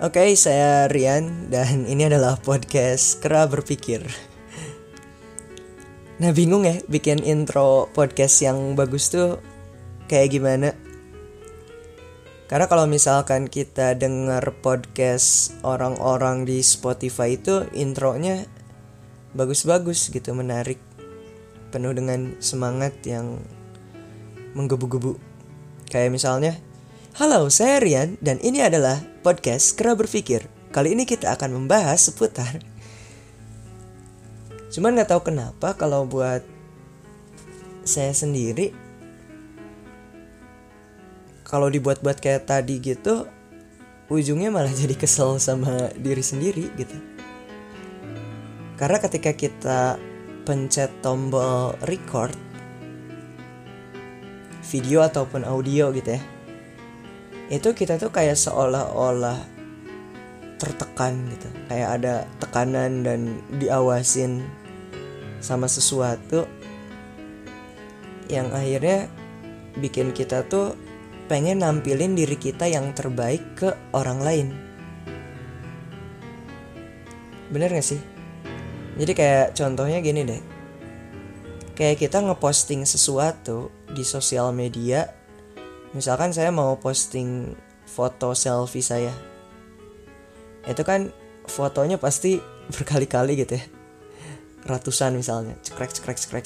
Oke, saya Rian dan ini adalah podcast Kera Berpikir. Nah, bingung ya bikin intro podcast yang bagus tuh kayak gimana? Karena kalau misalkan kita dengar podcast orang-orang di Spotify itu intronya bagus-bagus gitu, menarik, penuh dengan semangat yang menggebu-gebu. Kayak misalnya, halo, saya Rian dan ini adalah podcast Kera Berpikir. Kali ini kita akan membahas seputar. Cuman gak tahu kenapa kalau buat saya sendiri, kalau dibuat-buat kayak tadi gitu, ujungnya malah jadi kesel sama diri sendiri gitu. Karena ketika kita pencet tombol record video ataupun audio gitu ya, itu kita tuh kayak seolah-olah tertekan gitu, kayak ada tekanan dan diawasin sama sesuatu yang akhirnya bikin kita tuh pengen nampilin diri kita yang terbaik ke orang lain. Bener gak sih? Jadi kayak contohnya gini deh, kayak kita ngeposting sesuatu di sosial media. Misalkan saya mau posting foto selfie saya, itu kan fotonya pasti berkali-kali gitu ya, ratusan misalnya, cekrek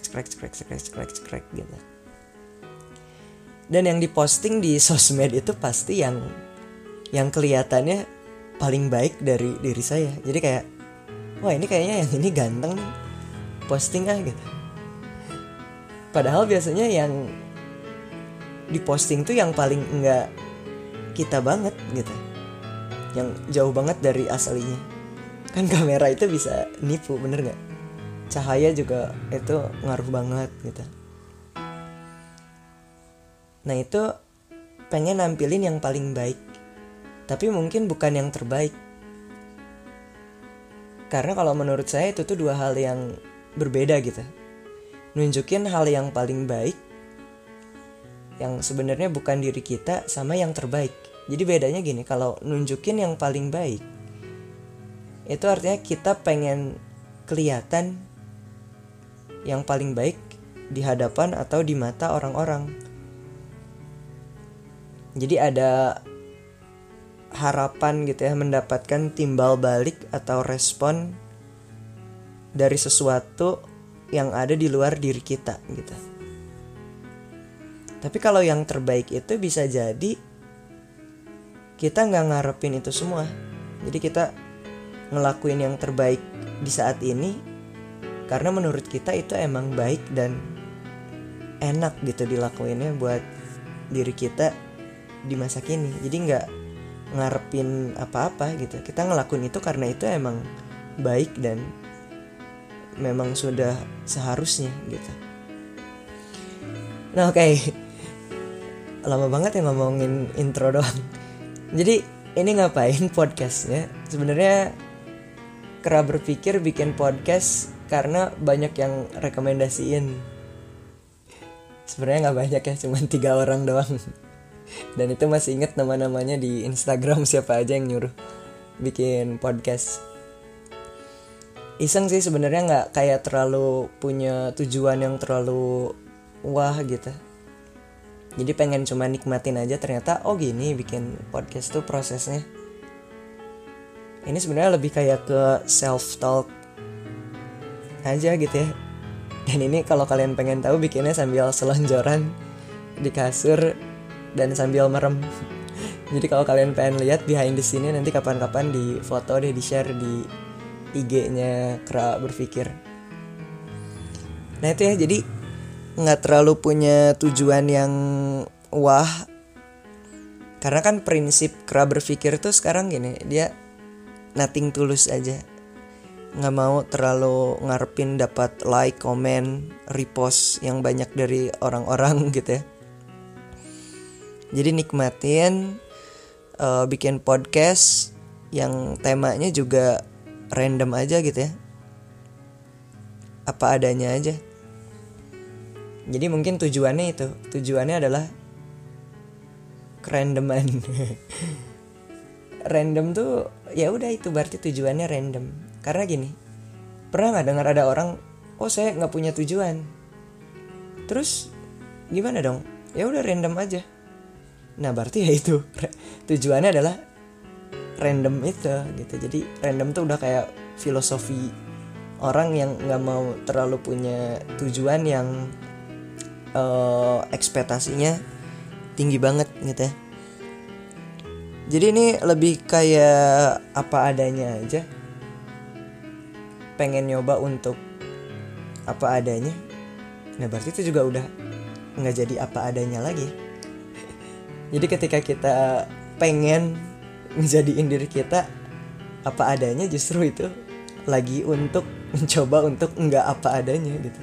gitu. Dan yang diposting di sosmed itu pasti yang kelihatannya paling baik dari diri saya. Jadi kayak, wah ini kayaknya yang ini ganteng nih, posting gitu. Padahal biasanya yang diposting tuh yang paling enggak kita banget gitu, yang jauh banget dari aslinya. Kan kamera itu bisa nipu, bener gak? Cahaya juga itu ngaruh banget gitu. Nah itu pengen nampilin yang paling baik, tapi mungkin bukan yang terbaik. Karena kalau menurut saya itu tuh dua hal yang berbeda gitu. Nunjukin hal yang paling baik yang sebenarnya bukan diri kita, sama yang terbaik. Jadi bedanya gini, kalau nunjukin yang paling baik itu artinya kita pengen kelihatan yang paling baik di hadapan atau di mata orang-orang. Jadi ada harapan gitu ya, mendapatkan timbal balik atau respon dari sesuatu yang ada di luar diri kita gitu. Tapi kalau yang terbaik itu bisa jadi kita gak ngarepin itu semua. Jadi kita ngelakuin yang terbaik di saat ini karena menurut kita itu emang baik dan enak gitu dilakuinnya buat diri kita di masa kini. Jadi gak ngarepin apa-apa gitu. Kita ngelakuin itu karena itu emang baik dan memang sudah seharusnya gitu. Nah oke. Lama banget ya ngomongin intro doang. Jadi ini ngapain podcastnya? Sebenarnya Kera Berpikir bikin podcast karena banyak yang rekomendasiin. Sebenarnya nggak banyak ya, cuma 3 orang doang. Dan itu masih inget nama-namanya di Instagram, siapa aja yang nyuruh bikin podcast. Iseng sih sebenarnya, nggak kayak terlalu punya tujuan yang terlalu wah gitu. Jadi pengen cuma nikmatin aja, ternyata oh gini bikin podcast tuh prosesnya. Ini sebenarnya lebih kayak ke self talk aja gitu ya. Dan ini kalau kalian pengen tahu bikinnya sambil selonjoran di kasur dan sambil merem. Jadi kalau kalian pengen lihat behind the scene-nya, nanti kapan-kapan di foto deh, di share di IG-nya Kera Berpikir. Nah itu ya, jadi gak terlalu punya tujuan yang wah. Karena kan prinsip Kera Berpikir tuh sekarang gini, dia nothing tulus aja. Gak mau terlalu ngarepin dapat like, comment, repost yang banyak dari orang-orang gitu ya. Jadi nikmatin bikin podcast yang temanya juga random aja gitu ya, apa adanya aja. Jadi mungkin tujuannya adalah kerandoman. random tuh ya udah, itu berarti tujuannya random. Karena gini, pernah nggak dengar ada orang, oh saya nggak punya tujuan, terus gimana dong? Ya udah random aja. Nah berarti ya itu tujuannya adalah random itu gitu. Jadi random tuh udah kayak filosofi orang yang nggak mau terlalu punya tujuan yang ekspektasinya tinggi banget gitu ya. Jadi ini lebih kayak apa adanya aja, pengen nyoba untuk apa adanya. Nah berarti itu juga udah nggak jadi apa adanya lagi. Jadi ketika kita pengen ngejadiin diri kita apa adanya, justru itu lagi untuk mencoba untuk nggak apa adanya gitu.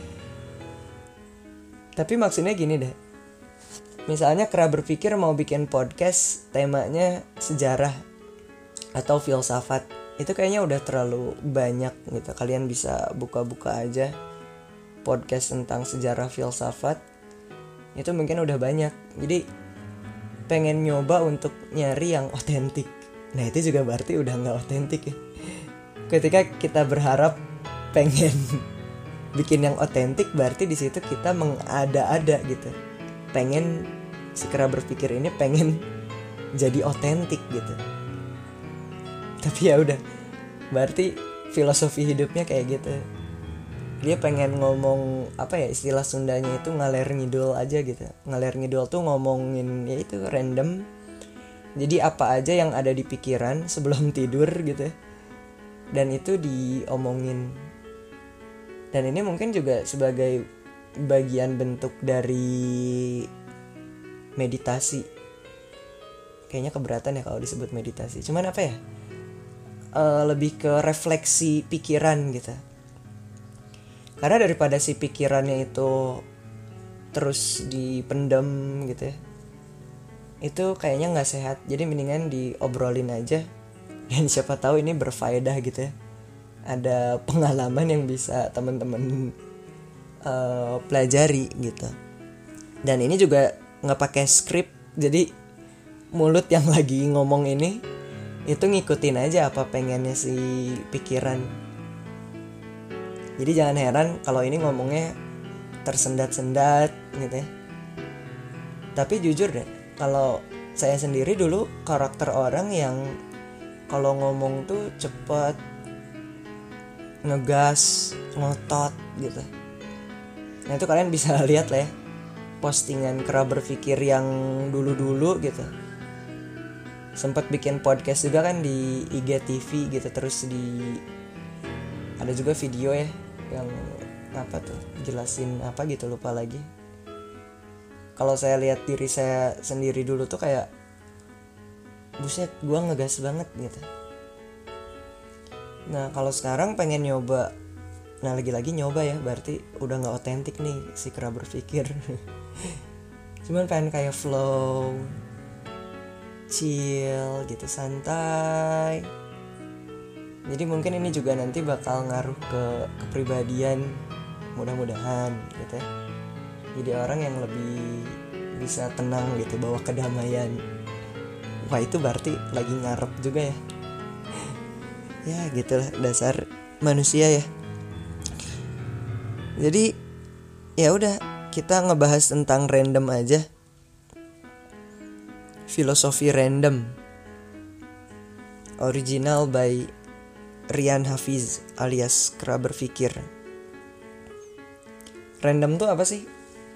Tapi maksudnya gini deh, misalnya Kera Berpikir mau bikin podcast temanya sejarah atau filsafat, itu kayaknya udah terlalu banyak gitu. Kalian bisa buka-buka aja podcast tentang sejarah filsafat, itu mungkin udah banyak. Jadi pengen nyoba untuk nyari yang otentik, nah itu juga berarti udah nggak otentik ya. Ketika kita berharap pengen bikin yang otentik, berarti di situ kita mengada-ada gitu. Pengen si Kera Berpikir ini pengen jadi otentik gitu. Tapi ya udah, berarti filosofi hidupnya kayak gitu. Dia pengen ngomong apa ya, istilah Sundanya itu ngaler ngidul aja gitu. Ngaler ngidul tuh ngomongin ya itu random. Jadi apa aja yang ada di pikiran sebelum tidur gitu. Dan itu diomongin. Dan ini mungkin juga sebagai bagian bentuk dari meditasi. Kayaknya keberatan ya kalau disebut meditasi. Cuman apa ya? Lebih ke refleksi pikiran gitu. Karena daripada si pikirannya itu terus dipendam gitu ya, itu kayaknya gak sehat. Jadi mendingan diobrolin aja. Dan siapa tahu ini berfaedah gitu ya. Ada pengalaman yang bisa teman-teman pelajari gitu. Dan ini juga gak pakai skrip. Jadi mulut yang lagi ngomong ini itu ngikutin aja apa pengennya si pikiran. Jadi jangan heran kalau ini ngomongnya tersendat-sendat gitu ya. Tapi jujur deh, kalau saya sendiri dulu karakter orang yang kalau ngomong tuh cepet, ngegas, ngotot gitu. Nah itu kalian bisa lihat lah ya, postingan Kera Berpikir yang dulu-dulu gitu. Sempet bikin podcast juga kan di IGTV gitu. Terus ada juga video ya yang apa tuh, jelasin apa gitu, lupa lagi. Kalau saya lihat diri saya sendiri dulu tuh kayak buset, gue ngegas banget gitu. Nah kalau sekarang pengen nyoba, nah lagi-lagi nyoba ya, berarti udah gak otentik nih si Kera Berpikir. Cuman pengen kayak flow, chill gitu, santai. Jadi mungkin ini juga nanti bakal ngaruh ke kepribadian, mudah-mudahan gitu ya. Jadi orang yang lebih bisa tenang gitu, bawa kedamaian. Wah itu berarti lagi ngarep juga ya. Ya gitulah dasar manusia ya. Jadi ya udah, kita ngebahas tentang random aja. Filosofi random, original by Rian Hafiz alias Kera Berpikir. Random tuh apa sih?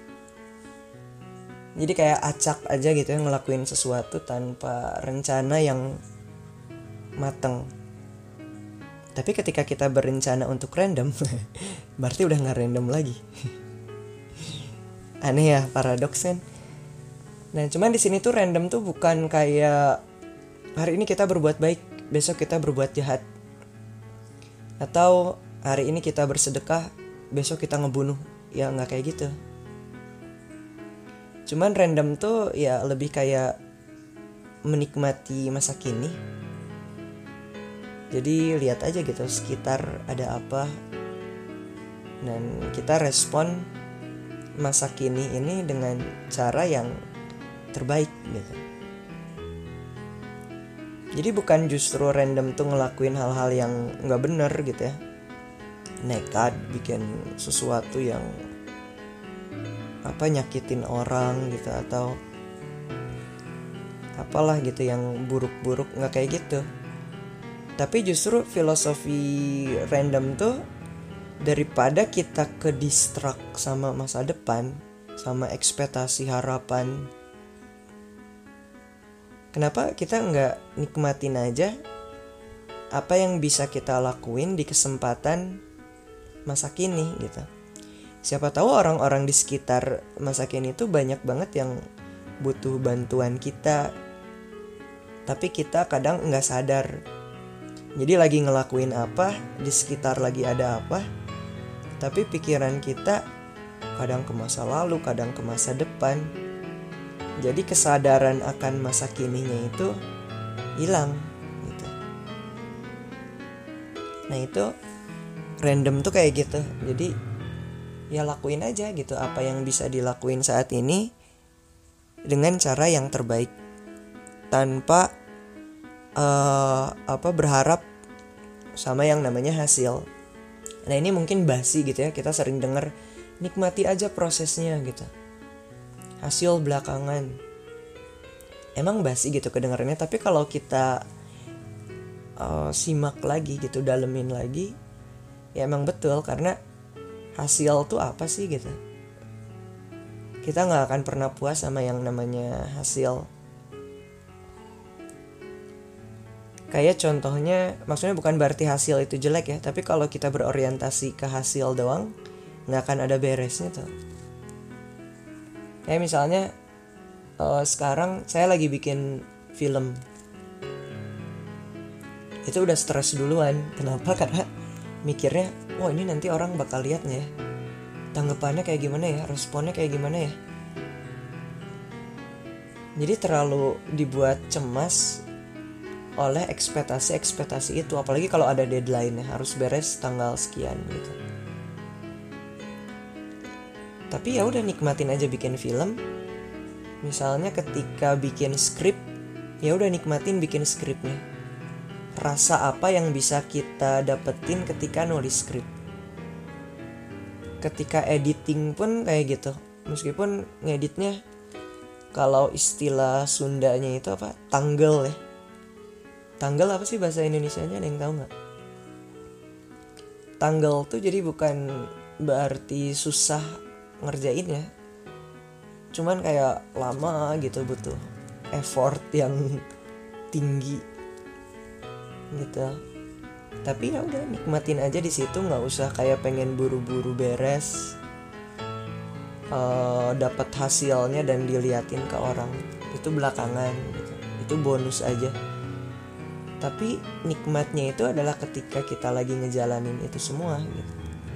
Jadi kayak acak aja gitu ya, ngelakuin sesuatu tanpa rencana yang mateng. Tapi ketika kita berencana untuk random, berarti udah gak random lagi. Aneh ya, paradoks kan. Nah cuman di sini tuh random tuh bukan kayak hari ini kita berbuat baik, besok kita berbuat jahat. Atau hari ini kita bersedekah, besok kita ngebunuh. Ya gak kayak gitu. Cuman random tuh ya lebih kayak menikmati masa kini. Jadi lihat aja gitu sekitar ada apa, dan kita respon masa kini ini dengan cara yang terbaik gitu. Jadi bukan justru random tuh ngelakuin hal-hal yang nggak bener gitu ya, nekat bikin sesuatu yang nyakitin orang gitu, atau apalah gitu yang buruk-buruk, nggak kayak gitu. Tapi justru filosofi random tuh, daripada kita ke distract sama masa depan, sama ekspektasi harapan, kenapa kita nggak nikmatin aja apa yang bisa kita lakuin di kesempatan masa kini gitu. Siapa tahu orang-orang di sekitar masa kini itu banyak banget yang butuh bantuan kita, tapi kita kadang nggak sadar. Jadi lagi ngelakuin apa, di sekitar lagi ada apa, tapi pikiran kita kadang ke masa lalu, kadang ke masa depan. Jadi kesadaran akan masa kininya itu hilang gitu. Nah itu random tuh kayak gitu. Jadi ya lakuin aja gitu apa yang bisa dilakuin saat ini dengan cara yang terbaik, tanpa berharap sama yang namanya hasil. Nah ini mungkin basi gitu ya, kita sering dengar nikmati aja prosesnya gitu, hasil belakangan. Emang basi gitu kedengarannya, tapi kalau kita simak lagi gitu, dalemin lagi, ya emang betul. Karena hasil tuh apa sih gitu, kita gak akan pernah puas sama yang namanya hasil. Kayak contohnya, maksudnya bukan berarti hasil itu jelek ya, tapi kalau kita berorientasi ke hasil doang, gak akan ada beresnya tuh. Kayak misalnya sekarang saya lagi bikin film, itu udah stres duluan. Kenapa? Karena mikirnya, oh ini nanti orang bakal lihat gak ya, tanggapannya kayak gimana ya, responnya kayak gimana ya. Jadi terlalu dibuat cemas oleh ekspektasi itu, apalagi kalau ada deadline ya, harus beres tanggal sekian gitu. Tapi ya udah, nikmatin aja bikin film. Misalnya ketika bikin skrip, ya udah nikmatin bikin skripnya. Rasa apa yang bisa kita dapetin ketika nulis skrip. Ketika editing pun kayak gitu. Meskipun ngeditnya, kalau istilah Sundanya itu apa? Tanggel ya. Tanggel apa sih bahasa Indonesianya, ada yang tahu nggak? Tanggel tuh jadi bukan berarti susah ngerjainnya, cuman kayak lama gitu, butuh effort yang tinggi gitu. Tapi ya udah, nikmatin aja di situ, nggak usah kayak pengen buru-buru beres, dapat hasilnya dan diliatin ke orang. Itu belakangan gitu, itu bonus aja. Tapi nikmatnya itu adalah ketika kita lagi ngejalanin itu semua gitu.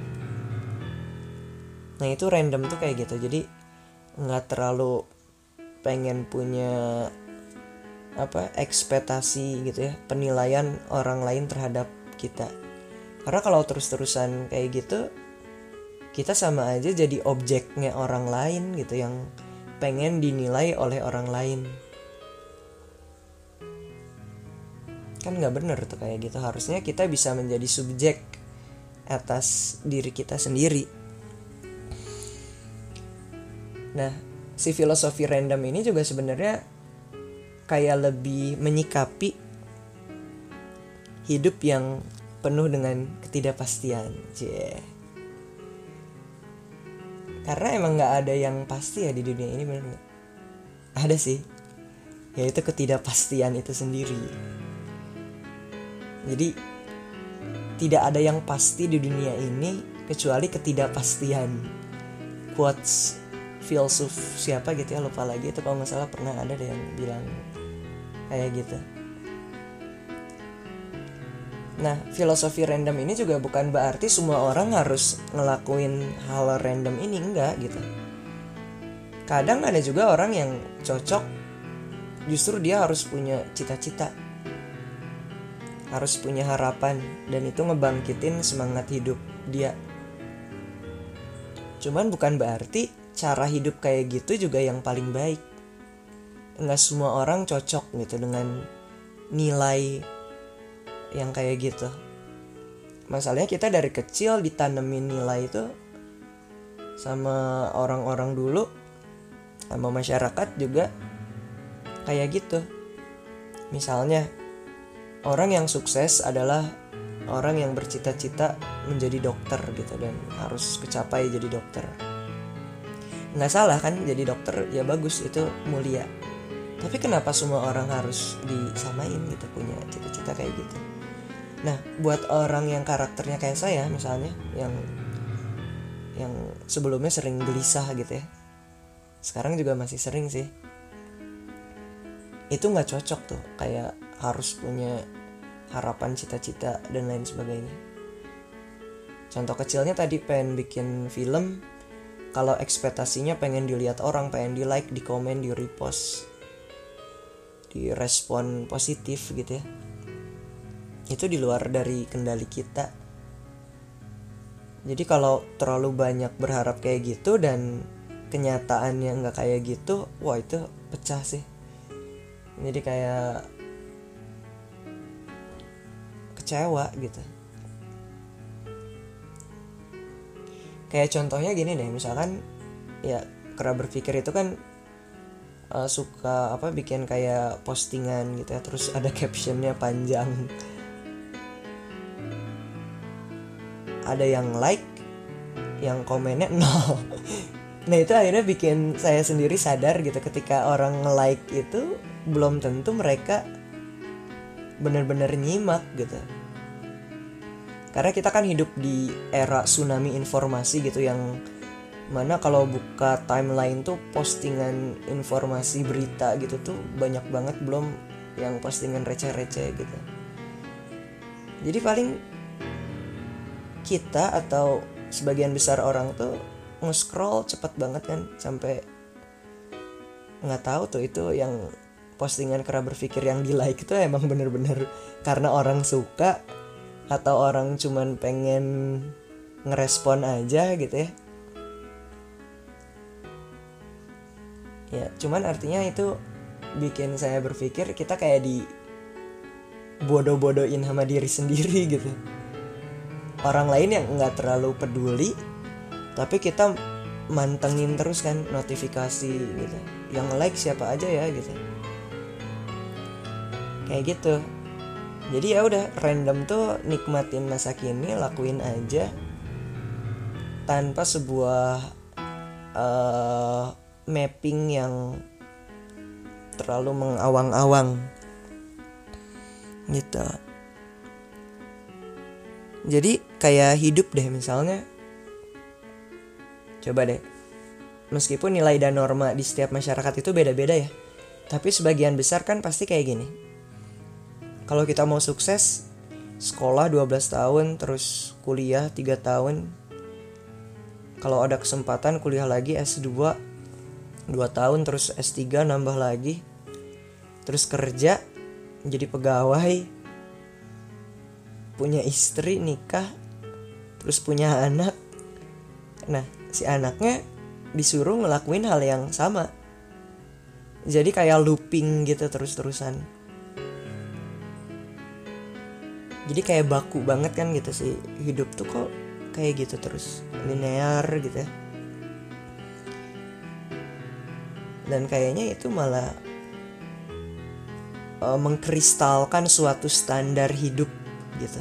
Nah itu random tuh kayak gitu. Jadi gak terlalu pengen punya ekspektasi gitu ya, penilaian orang lain terhadap kita. Karena kalau terus-terusan kayak gitu, kita sama aja jadi objeknya orang lain gitu, yang pengen dinilai oleh orang lain. Kan gak bener tuh kayak gitu. Harusnya kita bisa menjadi subjek atas diri kita sendiri. Nah, si filosofi random ini juga sebenarnya kayak lebih menyikapi hidup yang penuh dengan ketidakpastian. Karena emang gak ada yang pasti ya di dunia ini, bener gak? Ada sih, yaitu ketidakpastian itu sendiri. Jadi tidak ada yang pasti di dunia ini kecuali ketidakpastian. Quotes filsuf siapa gitu ya, lupa lagi itu, kalau nggak salah pernah ada yang bilang kayak gitu. Nah, filosofi random ini juga bukan berarti semua orang harus ngelakuin hal random ini, enggak gitu. Kadang ada juga orang yang cocok, justru dia harus punya cita-cita, harus punya harapan, dan itu ngebangkitin semangat hidup dia. Cuman bukan berarti cara hidup kayak gitu juga yang paling baik. Nggak semua orang cocok gitu dengan nilai yang kayak gitu. Masalahnya kita dari kecil ditanemin nilai itu sama orang-orang dulu, sama masyarakat juga kayak gitu. Misalnya orang yang sukses adalah orang yang bercita-cita menjadi dokter gitu dan harus kecapai jadi dokter. Nggak salah kan jadi dokter, ya bagus, itu mulia. Tapi kenapa semua orang harus disamain gitu, punya cita-cita kayak gitu? Nah, buat orang yang karakternya kayak saya misalnya, yang sebelumnya sering gelisah gitu ya, sekarang juga masih sering sih, itu nggak cocok tuh, kayak harus punya harapan, cita-cita dan lain sebagainya. Contoh kecilnya tadi pengen bikin film, kalau ekspektasinya pengen dilihat orang, pengen di like, di komen, di repost, di respon positif gitu ya, itu di luar dari kendali kita. Jadi kalau terlalu banyak berharap kayak gitu dan kenyataannya nggak kayak gitu, wah itu pecah sih. Jadi kayak kecewa gitu. Kayak contohnya gini deh, misalkan ya Kera Berpikir itu kan suka bikin kayak postingan gitu ya, terus ada captionnya panjang, ada yang like, yang komennya 0. Nah itu akhirnya bikin saya sendiri sadar gitu, ketika orang nge-like itu belum tentu mereka benar-benar nyimak gitu. Karena kita kan hidup di era tsunami informasi gitu, yang mana kalau buka timeline tuh postingan informasi berita gitu tuh banyak banget, belum yang postingan receh-receh gitu. Jadi paling kita atau sebagian besar orang tuh nge-scroll cepet banget kan, sampai nggak tahu tuh itu yang postingan Kera Berpikir yang di like itu emang bener-bener karena orang suka atau orang cuman pengen ngerespon aja gitu ya. Ya cuman artinya itu bikin saya berpikir kita kayak di bodoh-bodohin sama diri sendiri gitu. Orang lain yang gak terlalu peduli, tapi kita mantengin terus kan notifikasi gitu, yang like siapa aja ya gitu, kayak gitu. Jadi ya udah, random tuh nikmatin masa kini, lakuin aja tanpa sebuah mapping yang terlalu mengawang-awang gitu. Jadi kayak hidup deh, misalnya coba deh, meskipun nilai dan norma di setiap masyarakat itu beda-beda ya, tapi sebagian besar kan pasti kayak gini. Kalau kita mau sukses, sekolah 12 tahun, terus kuliah 3 tahun. Kalau ada kesempatan kuliah lagi S2 2 tahun, terus S3 nambah lagi. Terus kerja, jadi pegawai, punya istri, nikah, terus punya anak. Nah, si anaknya disuruh ngelakuin hal yang sama. Jadi kayak looping gitu terus-terusan. Jadi kayak baku banget kan gitu sih, hidup tuh kok kayak gitu terus, linear gitu ya. Dan kayaknya itu malah mengkristalkan suatu standar hidup gitu,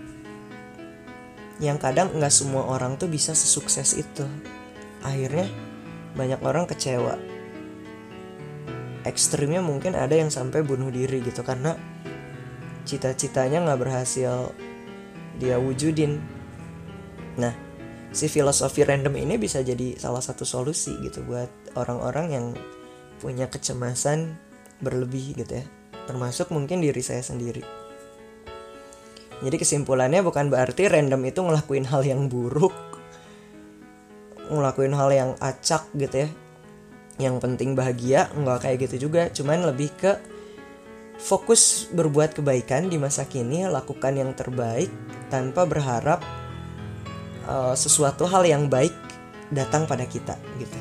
yang kadang gak semua orang tuh bisa sesukses itu. Akhirnya banyak orang kecewa. Ekstrimnya mungkin ada yang sampai bunuh diri gitu, karena cita-citanya gak berhasil dia wujudin. Nah, si filosofi random ini bisa jadi salah satu solusi gitu buat orang-orang yang punya kecemasan berlebih gitu ya, termasuk mungkin diri saya sendiri. Jadi kesimpulannya bukan berarti random itu ngelakuin hal yang buruk, ngelakuin hal yang acak gitu ya, yang penting bahagia, enggak kayak gitu juga. Cuman lebih ke fokus berbuat kebaikan di masa kini, lakukan yang terbaik tanpa berharap sesuatu hal yang baik datang pada kita gitu.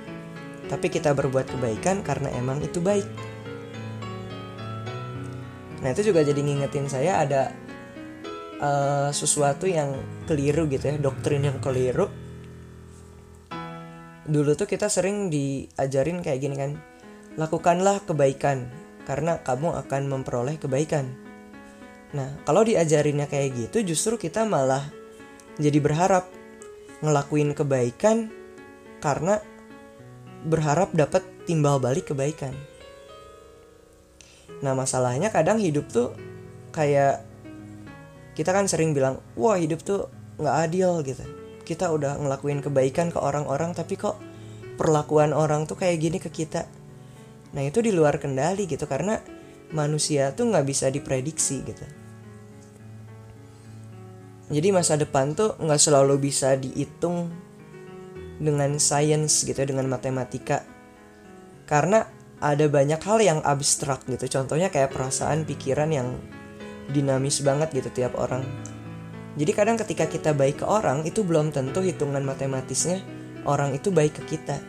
Tapi kita berbuat kebaikan karena emang itu baik. Nah itu juga jadi ngingetin saya ada sesuatu yang keliru gitu ya, doktrin yang keliru. Dulu tuh kita sering diajarin kayak gini kan, lakukanlah kebaikan karena kamu akan memperoleh kebaikan. Nah kalau diajarinnya kayak gitu, justru kita malah jadi berharap ngelakuin kebaikan karena berharap dapat timbal balik kebaikan. Nah masalahnya kadang hidup tuh kayak kita kan sering bilang, wah hidup tuh gak adil gitu. Kita udah ngelakuin kebaikan ke orang-orang, tapi kok perlakuan orang tuh kayak gini ke kita. Nah itu di luar kendali gitu, karena manusia tuh gak bisa diprediksi gitu. Jadi masa depan tuh gak selalu bisa dihitung dengan sains gitu, dengan matematika. Karena ada banyak hal yang abstrak gitu. Contohnya kayak perasaan, pikiran yang dinamis banget gitu tiap orang. Jadi kadang ketika kita baik ke orang, itu belum tentu hitungan matematisnya orang itu baik ke kita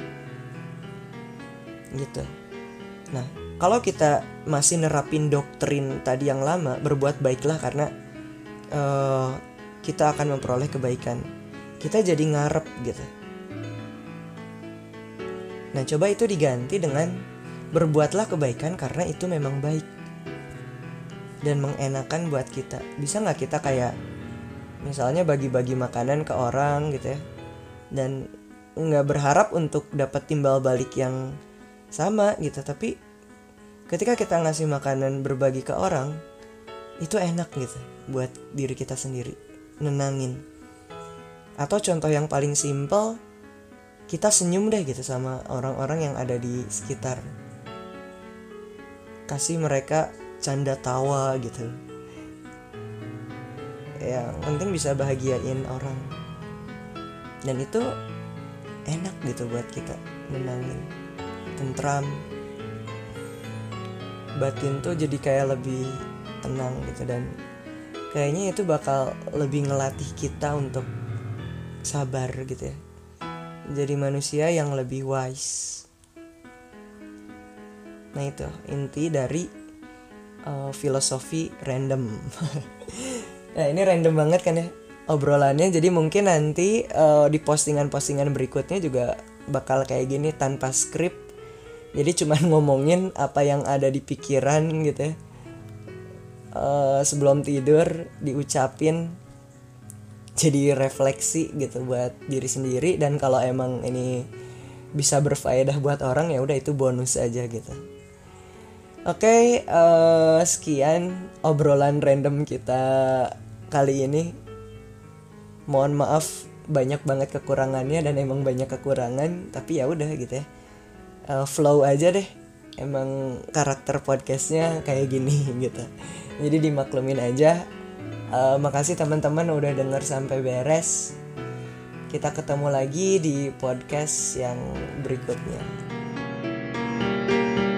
gitu. Nah kalau kita masih nerapin doktrin tadi yang lama, berbuat baiklah karena kita akan memperoleh kebaikan, kita jadi ngarep gitu. Nah coba itu diganti dengan berbuatlah kebaikan karena itu memang baik dan mengenakan buat kita. Bisa gak kita kayak misalnya bagi-bagi makanan ke orang gitu ya, dan gak berharap untuk dapat timbal balik yang sama gitu, tapi ketika kita ngasih makanan berbagi ke orang, itu enak gitu buat diri kita sendiri, nenangin. Atau contoh yang paling simpel, kita senyum deh gitu sama orang-orang yang ada di sekitar, kasih mereka canda tawa gitu. Yang penting bisa bahagiain orang, dan itu enak gitu buat kita, nenangin, tentram, batin tuh jadi kayak lebih tenang gitu. Dan kayaknya itu bakal lebih ngelatih kita untuk sabar gitu ya, jadi manusia yang lebih wise. Nah itu inti dari filosofi random. Nah ini random banget kan ya obrolannya. Jadi mungkin nanti di postingan-postingan berikutnya juga bakal kayak gini tanpa skrip. Jadi cuman ngomongin apa yang ada di pikiran gitu ya. Sebelum tidur diucapin, jadi refleksi gitu buat diri sendiri. Dan kalau emang ini bisa berfaedah buat orang, ya udah itu bonus aja gitu. Oke, sekian obrolan random kita kali ini. Mohon maaf banyak banget kekurangannya, dan emang banyak kekurangan, tapi ya udah gitu ya. Flow aja deh. Emang karakter podcastnya kayak gini gitu. Jadi dimaklumin aja. Makasih teman-teman udah denger sampai beres. Kita ketemu lagi di podcast yang berikutnya.